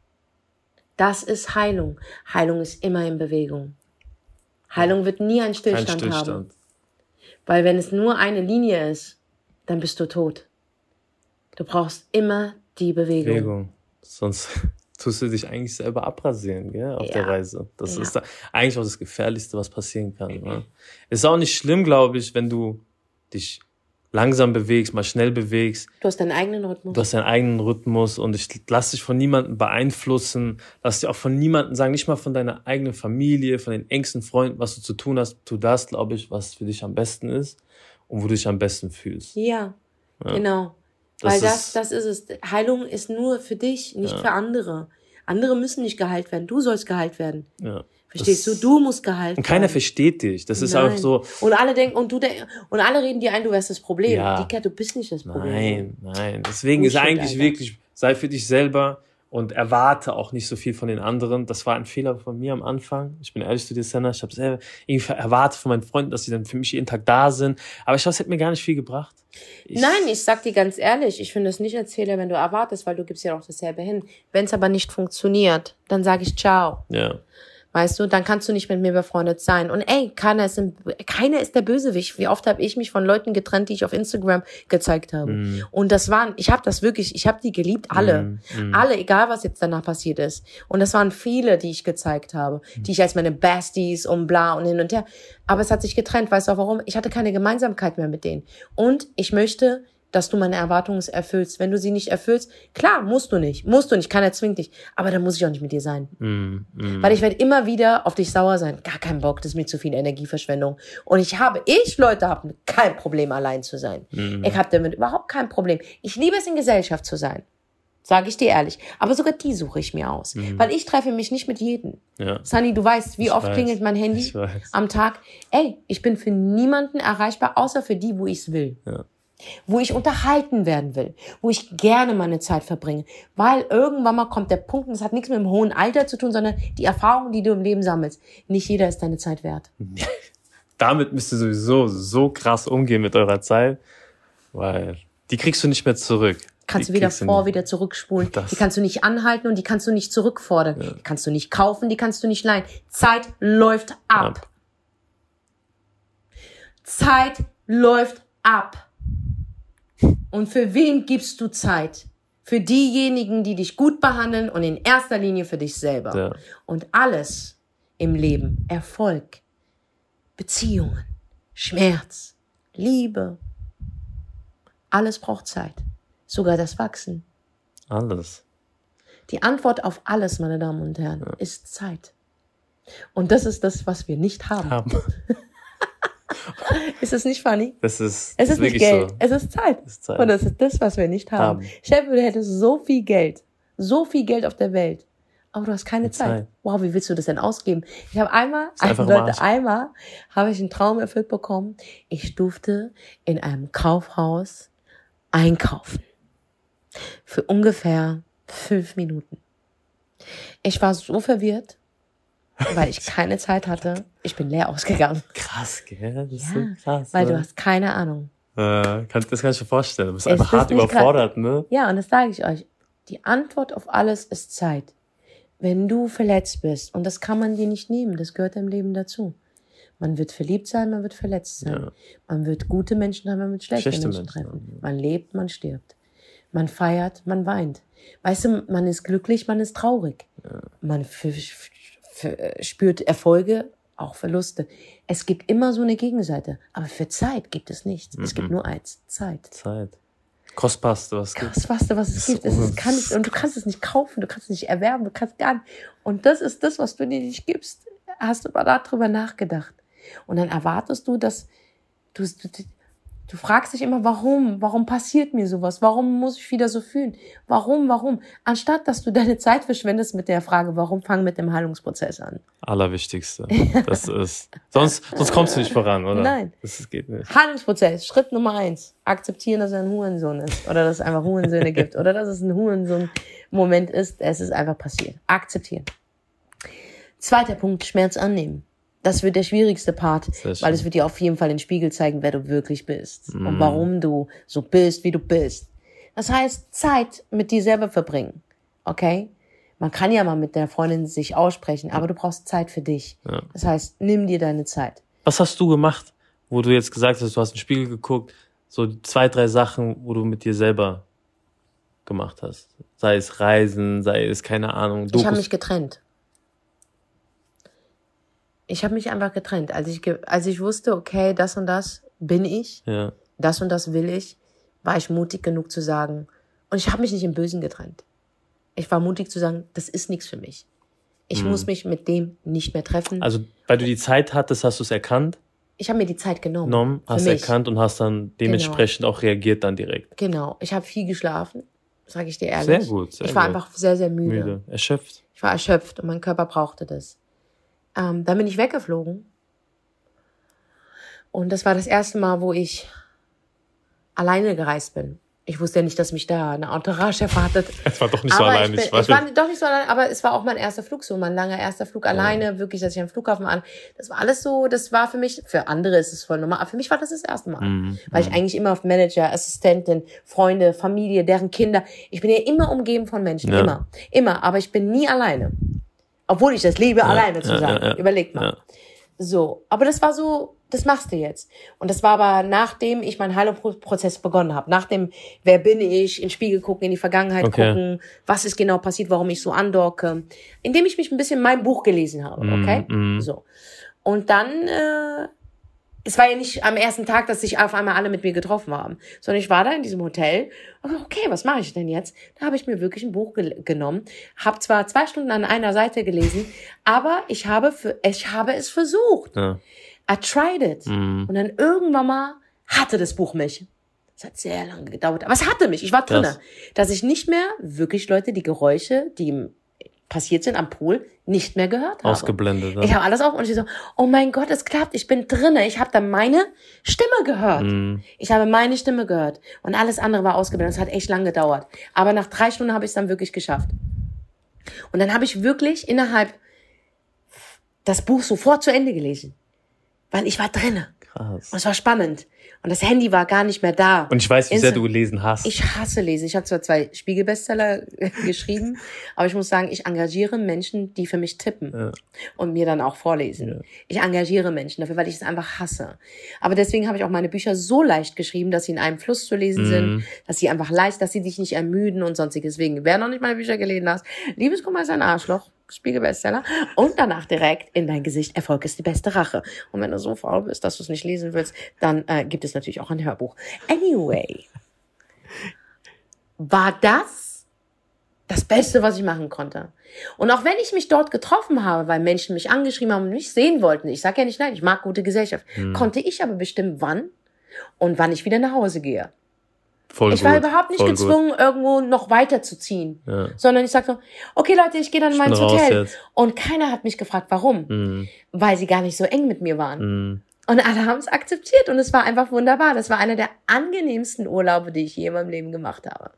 Das ist Heilung. Heilung ist immer in Bewegung. Heilung wird nie einen Stillstand, Stillstand haben. Weil wenn es nur eine Linie ist, dann bist du tot. Du brauchst immer die Bewegung. Bewegung. Sonst tust du dich eigentlich selber abrasieren, gell, auf ja. der Reise. Das ja. ist da eigentlich auch das Gefährlichste, was passieren kann. Ne? Ist auch nicht schlimm, glaube ich, wenn du dich langsam bewegst, mal schnell bewegst. Du hast deinen eigenen Rhythmus. Du hast deinen eigenen Rhythmus und ich lass dich von niemandem beeinflussen, lass dich auch von niemandem sagen, nicht mal von deiner eigenen Familie, von den engsten Freunden, was du zu tun hast. Tu das, glaube ich, was für dich am besten ist und wo du dich am besten fühlst. Ja, ja. genau. Das Weil das, das ist es. Heilung ist nur für dich, nicht ja. für andere. Andere müssen nicht geheilt werden. Du sollst geheilt werden. Ja. Verstehst das, du? Du musst geheilt werden. Und keiner werden. versteht dich. Das ist Nein. auch so. Und alle denken, und du denk, und alle reden dir ein, du wärst das Problem. Ja. Dicker, du bist nicht das Nein, Problem. nein. Deswegen ist eigentlich Alter. wirklich, sei für dich selber und erwarte auch nicht so viel von den anderen. Das war ein Fehler von mir am Anfang. Ich bin ehrlich zu dir, Senna. Ich habe selber irgendwie erwartet von meinen Freunden, dass sie dann für mich jeden Tag da sind. Aber ich glaube, es hätte mir gar nicht viel gebracht. Ich Nein, ich sag dir ganz ehrlich, ich finde es nicht als Fehler, wenn du erwartest, weil du gibst ja auch dasselbe hin. Wenn es aber nicht funktioniert, dann sage ich ciao. Ja. Weißt du, dann kannst du nicht mit mir befreundet sein. Und ey, keiner ist, ein, keiner ist der Bösewicht. Wie oft habe ich mich von Leuten getrennt, die ich auf Instagram gezeigt habe. Mm. Und das waren, ich habe das wirklich, ich habe die geliebt, alle. Mm. Mm. Alle, egal was jetzt danach passiert ist. Und das waren viele, die ich gezeigt habe. Mm. Die ich als meine Besties und bla und hin und her. Aber es hat sich getrennt, weißt du auch warum? Ich hatte keine Gemeinsamkeit mehr mit denen. Und ich möchte dass du meine Erwartungen erfüllst. Wenn du sie nicht erfüllst, klar, musst du nicht. Musst du nicht, keiner zwingt dich. Aber dann muss ich auch nicht mit dir sein. Mm, mm. Weil ich werde immer wieder auf dich sauer sein. Gar keinen Bock, das ist mir zu viel Energieverschwendung. Und ich habe, ich, Leute, habe kein Problem, allein zu sein. Mm. Ich habe damit überhaupt kein Problem. Ich liebe es, in Gesellschaft zu sein. Sage ich dir ehrlich. Aber sogar die suche ich mir aus. Mm. Weil ich treffe mich nicht mit jedem. Ja. Sunny, du weißt, wie Ich oft weiß. klingelt mein Handy Ich weiß. am Tag. Ey, ich bin für niemanden erreichbar, außer für die, wo ich es will. Ja. Wo ich unterhalten werden will, wo ich gerne meine Zeit verbringe. Weil irgendwann mal kommt der Punkt, und das hat nichts mit dem hohen Alter zu tun, sondern die Erfahrungen, die du im Leben sammelst. Nicht jeder ist deine Zeit wert. Damit müsst ihr sowieso so krass umgehen mit eurer Zeit, weil die kriegst du nicht mehr zurück. Kannst Die du weder kriegst du vor, nicht. wieder zurückspulen. Das- Die kannst du nicht anhalten und die kannst du nicht zurückfordern. Ja. Die kannst du nicht kaufen, die kannst du nicht leihen. Zeit läuft ab. Ab. Zeit läuft ab. Und für wen gibst du Zeit? Für diejenigen, die dich gut behandeln und in erster Linie für dich selber. Ja. Und alles im Leben, Erfolg, Beziehungen, Schmerz, Liebe, alles braucht Zeit. Sogar das Wachsen. Alles. Die Antwort auf alles, meine Damen und Herren, ist Zeit. Und das ist das, was wir nicht haben. Haben. Ist es nicht funny? Das ist, Es das ist nicht wirklich Geld, so. es ist Zeit. Es ist Zeit. Und das ist das, was wir nicht haben. Haben. Stell dir vor, du hättest so viel Geld, so viel Geld auf der Welt, aber du hast keine Zeit. Zeit. Wow, wie willst du das denn ausgeben? Ich habe einmal, Ist einfach Leute, im Arsch. einmal habe ich einen Traum erfüllt bekommen. Ich durfte in einem Kaufhaus einkaufen. Für ungefähr fünf Minuten. Ich war so verwirrt, weil ich keine Zeit hatte. Ich bin leer ausgegangen. Krass, gell? Das ist Ja, so krass. weil ne? du hast keine Ahnung. Äh, kann, das kann ich mir vorstellen. Du bist Es einfach ist hart nicht überfordert, ne? Ja, und das sage ich euch. Die Antwort auf alles ist Zeit. Wenn du verletzt bist, und das kann man dir nicht nehmen, das gehört im Leben dazu. Man wird verliebt sein, man wird verletzt sein. Ja. Man wird gute Menschen haben, man wird schlechte, Schlechte Menschen, Menschen treffen. haben, ja. Man lebt, man stirbt. Man feiert, man weint. Weißt du, man ist glücklich, man ist traurig. Man f- f- f- spürt Erfolge, auch Verluste. Es gibt immer so eine Gegenseite. Aber für Zeit gibt es nichts. Es gibt nur eins, Zeit. Zeit. Kostbarste, was es gibt. Das Kostbarste, was es Das gibt. ist Es ist, kann nicht, und du kannst es nicht kaufen, du kannst es nicht erwerben, du kannst gar nicht. Und das ist das, was du dir nicht gibst. Hast du mal darüber nachgedacht? Und dann erwartest du, dass du, du, du fragst dich immer, warum? Warum passiert mir sowas? Warum muss ich wieder so fühlen? Warum, warum? Anstatt, dass du deine Zeit verschwendest mit der Frage, warum, fang mit dem Heilungsprozess an. Allerwichtigste. Das ist. Sonst, sonst kommst du nicht voran, oder? Nein. Das geht nicht. Heilungsprozess, Schritt Nummer eins. Akzeptieren, dass er ein Hurensohn ist. Oder dass es einfach Hurensöhne gibt. Oder dass es ein Hurensohn-Moment ist. Es ist einfach passiert. Akzeptieren. Zweiter Punkt, Schmerz annehmen. Das wird der schwierigste Part, Sehr schön. weil es wird dir auf jeden Fall den Spiegel zeigen, wer du wirklich bist. Und warum du so bist, wie du bist. Das heißt, Zeit mit dir selber verbringen. Okay? Man kann ja mal mit der Freundin sich aussprechen, aber du brauchst Zeit für dich. Ja. Das heißt, nimm dir deine Zeit. Was hast du gemacht, wo du jetzt gesagt hast, du hast in den Spiegel geguckt, so zwei, drei Sachen, wo du mit dir selber gemacht hast? Sei es Reisen, sei es, keine Ahnung, Ich habe Dokus. mich getrennt. Ich habe mich einfach getrennt. Als ich, ge- als ich wusste, okay, das und das bin ich, Ja, das und das will ich, war ich mutig genug zu sagen. Und ich habe mich nicht im Bösen getrennt. Ich war mutig zu sagen, das ist nichts für mich. Ich muss mich mit dem nicht mehr treffen. also weil du die Zeit hattest, hast du es erkannt, Ich habe mir die Zeit genommen. genommen, für hast mich. erkannt und hast dann dementsprechend auch reagiert dann direkt. Genau. Ich habe viel geschlafen, sage ich dir ehrlich. Sehr gut, sehr Ich war gut. einfach sehr, sehr müde. Müde, erschöpft. Ich war erschöpft und mein Körper brauchte das. Ähm, dann bin ich weggeflogen. Und das war das erste Mal, wo ich alleine gereist bin. Ich wusste ja nicht, dass mich da eine Entourage erwartet. Es war doch nicht so aber allein, ich, bin, ich weiß. ich war doch nicht so allein, aber es war auch mein erster Flug, so mein langer erster Flug alleine, wirklich, dass ich am Flughafen an. Das war alles so, das war für mich, für andere ist es voll normal, aber für mich war das das erste Mal. Mhm, Weil ich eigentlich immer auf Manager, Assistentin, Freunde, Familie, deren Kinder, ich bin ja immer umgeben von Menschen, Ja. immer, immer, aber ich bin nie alleine. Obwohl ich das liebe, alleine zu ja, sein. ja, ja. Überleg mal. Ja. So, aber das war so, das machst du jetzt. Und das war aber nachdem ich meinen Heilungsprozess begonnen habe. Nachdem, wer bin ich, in den Spiegel gucken, in die Vergangenheit Okay. gucken, was ist genau passiert, warum ich so andocke. Indem ich mich ein bisschen mein Buch gelesen habe, okay? mm. So. Und dann äh, es war ja nicht am ersten Tag, dass sich auf einmal alle mit mir getroffen haben, sondern ich war da in diesem Hotel und dachte, okay, was mache ich denn jetzt? Da habe ich mir wirklich ein Buch ge- genommen, habe zwar zwei Stunden an einer Seite gelesen, aber ich habe für, ich habe es versucht. Ja. I tried it. Mhm. Und dann irgendwann mal hatte das Buch mich. Es hat sehr lange gedauert, aber es hatte mich. Ich war drinne, Krass. dass ich nicht mehr wirklich Leute, die Geräusche, die passiert sind am Pool, nicht mehr gehört habe. Ausgeblendet. Ja. Ich habe alles auf und ich so, oh mein Gott, es klappt, ich bin drinne. Ich habe da meine Stimme gehört. Mhm. Ich habe meine Stimme gehört und alles andere war ausgeblendet. Es hat echt lang gedauert. Aber nach drei Stunden habe ich es dann wirklich geschafft. Und dann habe ich wirklich innerhalb das Buch sofort zu Ende gelesen, weil ich war drinne. Krass. Und es war spannend. Und das Handy war gar nicht mehr da. Und ich weiß, wie sehr Insta- du gelesen hast. Ich hasse Lesen. Ich habe zwar zwei Spiegel-Bestseller geschrieben, aber ich muss sagen, ich engagiere Menschen, die für mich tippen Ja. und mir dann auch vorlesen. Ja. Ich engagiere Menschen dafür, weil ich es einfach hasse. Aber deswegen habe ich auch meine Bücher so leicht geschrieben, dass sie in einem Fluss zu lesen Mhm. sind, dass sie einfach leicht, dass sie dich nicht ermüden und sonstiges. Deswegen, wer noch nicht meine Bücher gelesen hast, Liebeskummer ist ein Arschloch, Spiegel-Bestseller, und danach direkt in dein Gesicht, Erfolg ist die beste Rache. Und wenn du so faul bist, dass du es nicht lesen willst, dann äh, gibt es natürlich auch ein Hörbuch. Anyway, war das das Beste, was ich machen konnte. Und auch wenn ich mich dort getroffen habe, weil Menschen mich angeschrieben haben und mich sehen wollten, ich sage ja nicht nein, ich mag gute Gesellschaft, Mhm. konnte ich aber bestimmen, wann und wann ich wieder nach Hause gehe. Voll Ich gut. war überhaupt nicht Voll gezwungen, irgendwo noch weiterzuziehen. Gut. Ja. Sondern ich sagte so, okay Leute, ich gehe dann Ich mal bin ins raus Hotel. jetzt. Und keiner hat mich gefragt, warum. Mhm. Weil sie gar nicht so eng mit mir waren. Mhm. Und alle haben es akzeptiert und es war einfach wunderbar. Das war einer der angenehmsten Urlaube, die ich je in meinem Leben gemacht habe.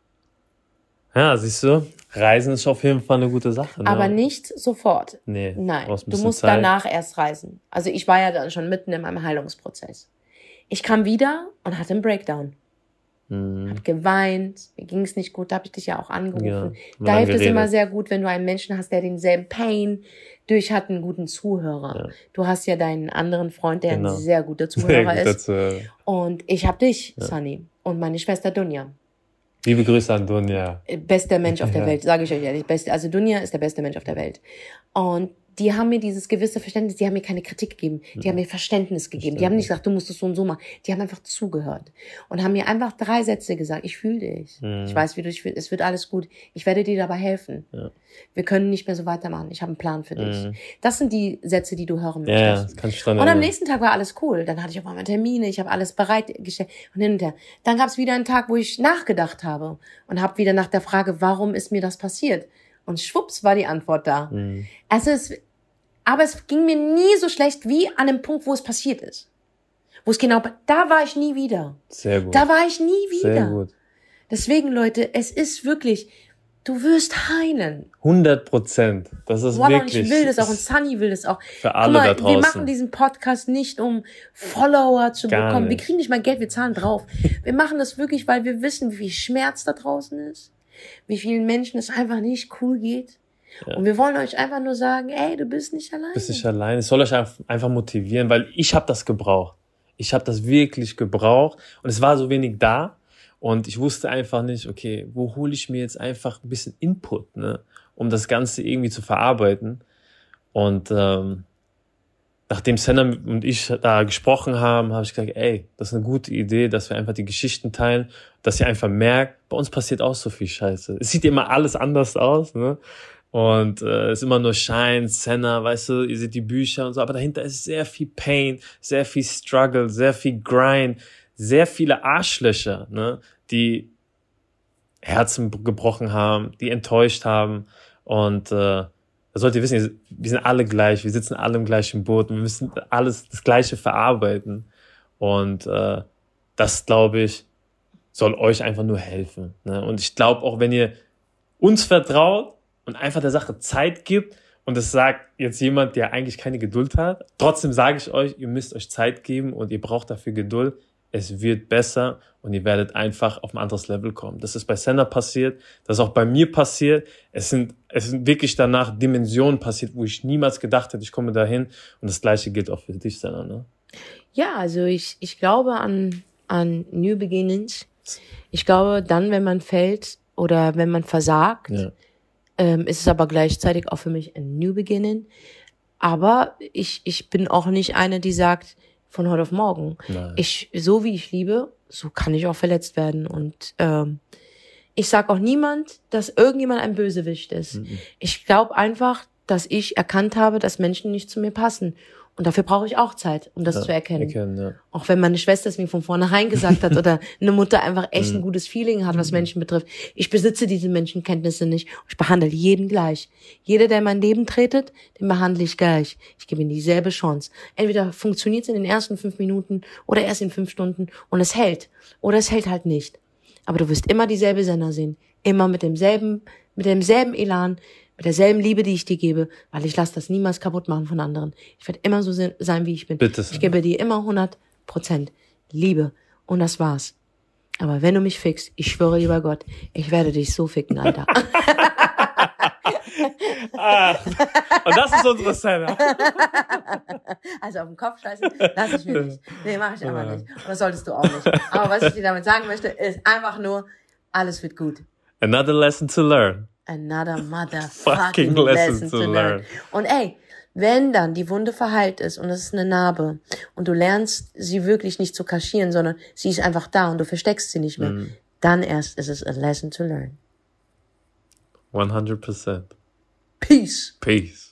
Ja, siehst du, Reisen ist auf jeden Fall eine gute Sache. Ne? Aber nicht sofort. Nee, Nein, brauchst ein du bisschen musst Zeit. danach erst reisen. Also ich war ja dann schon mitten in meinem Heilungsprozess. Ich kam wieder und hatte einen Breakdown. Mhm. Hab geweint, mir ging es nicht gut, da habe ich dich ja auch Ja, angerufen. haben wir Da dann hilft es geredet. immer sehr gut, wenn du einen Menschen hast, der denselben Pain durch hat, einen guten Zuhörer. Ja. Du hast ja deinen anderen Freund, der Genau. ein sehr guter Sehr Zuhörer gut ist. dazu. Und ich habe dich, Sunny, und meine Schwester Dunja. Liebe Grüße an Dunja. Bester Mensch auf der Ja. Welt, sage ich euch ehrlich. Beste, also Dunja ist der beste Mensch auf der Welt. Und die haben mir dieses gewisse Verständnis, die haben mir keine Kritik gegeben, die haben mir Verständnis gegeben. Die haben nicht gesagt, du musst es so und so machen. Die haben einfach zugehört und haben mir einfach drei Sätze gesagt. Ich fühle dich. Mhm. Ich weiß, wie du dich fühlst. Es wird alles gut. Ich werde dir dabei helfen. Ja. Wir können nicht mehr so weitermachen. Ich habe einen Plan für dich. Mhm. Das sind die Sätze, die du hören Ja, ja, möchtest. das kann ich dann Und am erinnern. nächsten Tag war alles cool. Dann hatte ich auch mal meine Termine, ich habe alles bereitgestellt und hin und her. Dann gab es wieder einen Tag, wo ich nachgedacht habe und habe wieder nach der Frage, warum ist mir das passiert? Und schwupps war die Antwort da. Mhm. Also es, aber es ging mir nie so schlecht wie an dem Punkt, wo es passiert ist. Wo es genau, da war ich nie wieder. Sehr gut. Da war ich nie wieder. Sehr gut. Deswegen, Leute, es ist wirklich, du wirst heilen. hundert Prozent. Das ist Wallah, und wirklich. ich will das auch und Sunny will das auch. Für alle Guck mal, da draußen. wir machen diesen Podcast nicht, um Follower zu Gar bekommen. nicht. Wir kriegen nicht mal Geld, wir zahlen drauf. Wir machen das wirklich, weil wir wissen, wie viel Schmerz da draußen ist, wie vielen Menschen es einfach nicht cool geht. Ja. Und wir wollen euch einfach nur sagen, ey, du bist nicht alleine. Bist nicht allein. Es soll euch einfach motivieren, weil ich habe das gebraucht. Ich habe das wirklich gebraucht und es war so wenig da und ich wusste einfach nicht, okay, wo hole ich mir jetzt einfach ein bisschen Input, ne, um das Ganze irgendwie zu verarbeiten. Und ähm, nachdem Senna und ich da gesprochen haben, habe ich gesagt, ey, das ist eine gute Idee, dass wir einfach die Geschichten teilen, dass ihr einfach merkt, bei uns passiert auch so viel Scheiße. Es sieht immer alles anders aus, ne? Und äh, es ist immer nur Shine, Senna, weißt du, ihr seht die Bücher und so, aber dahinter ist sehr viel Pain, sehr viel Struggle, sehr viel Grind, sehr viele Arschlöcher, ne, die Herzen gebrochen haben, die enttäuscht haben. Und äh, da sollt ihr wissen, wir sind alle gleich, wir sitzen alle im gleichen Boot und wir müssen alles das Gleiche verarbeiten. Und äh, das, glaube ich, soll euch einfach nur helfen. Ne? Und ich glaube auch, wenn ihr uns vertraut und einfach der Sache Zeit gibt, und das sagt jetzt jemand, der eigentlich keine Geduld hat, trotzdem sage ich euch, ihr müsst euch Zeit geben und ihr braucht dafür Geduld. Es wird besser und ihr werdet einfach auf ein anderes Level kommen. Das ist bei Senna passiert, das ist auch bei mir passiert. Es sind, es sind wirklich danach Dimensionen passiert, wo ich niemals gedacht hätte, ich komme dahin. Und das Gleiche gilt auch für dich, Senna, ne? Ja, also ich, ich glaube an, an New Beginnings. Ich glaube, dann, wenn man fällt oder wenn man versagt, Ja. ähm, ist es aber gleichzeitig auch für mich ein New Beginning. Aber ich, ich bin auch nicht eine, die sagt, von heute auf morgen. Nein. Ich, so wie ich liebe, so kann ich auch verletzt werden. Und ähm, ich sag auch niemand, dass irgendjemand ein Bösewicht ist. Mhm. Ich glaube einfach, dass ich erkannt habe, dass Menschen nicht zu mir passen. Und dafür brauche ich auch Zeit, um das ja, zu erkennen. erkennen ja. Auch wenn meine Schwester es mir von vornherein gesagt hat oder eine Mutter einfach echt ein gutes Feeling hat, was Menschen betrifft. Ich besitze diese Menschenkenntnisse nicht. Ich behandle jeden gleich. Jeder, der in mein Leben tretet, den behandle ich gleich. Ich gebe ihm dieselbe Chance. Entweder funktioniert es in den ersten fünf Minuten oder erst in fünf Stunden und es hält. Oder es hält halt nicht. Aber du wirst immer dieselbe Sender sehen. Immer mit demselben, mit demselben Elan, mit derselben Liebe, die ich dir gebe, weil ich lasse das niemals kaputt machen von anderen. Ich werde immer so sein, wie ich bin. Bitte. Ich gebe dir immer hundert Prozent Liebe. Und das war's. Aber wenn du mich fickst, ich schwöre dir bei Gott, ich werde dich so ficken, Alter. ah, und das ist unsere Szene. Also auf den Kopf scheißen, lass ich mir nicht. Nee, mach ich einfach nicht. Und das solltest du auch nicht. Aber was ich dir damit sagen möchte, ist einfach nur, alles wird gut. Another lesson to learn. Another motherfucking lesson to learn. Und ey, wenn dann die Wunde verheilt ist und es ist eine Narbe und du lernst, sie wirklich nicht zu kaschieren, sondern sie ist einfach da und du versteckst sie nicht mehr, mm. dann erst ist es a lesson to learn. one hundred percent. Peace. Peace.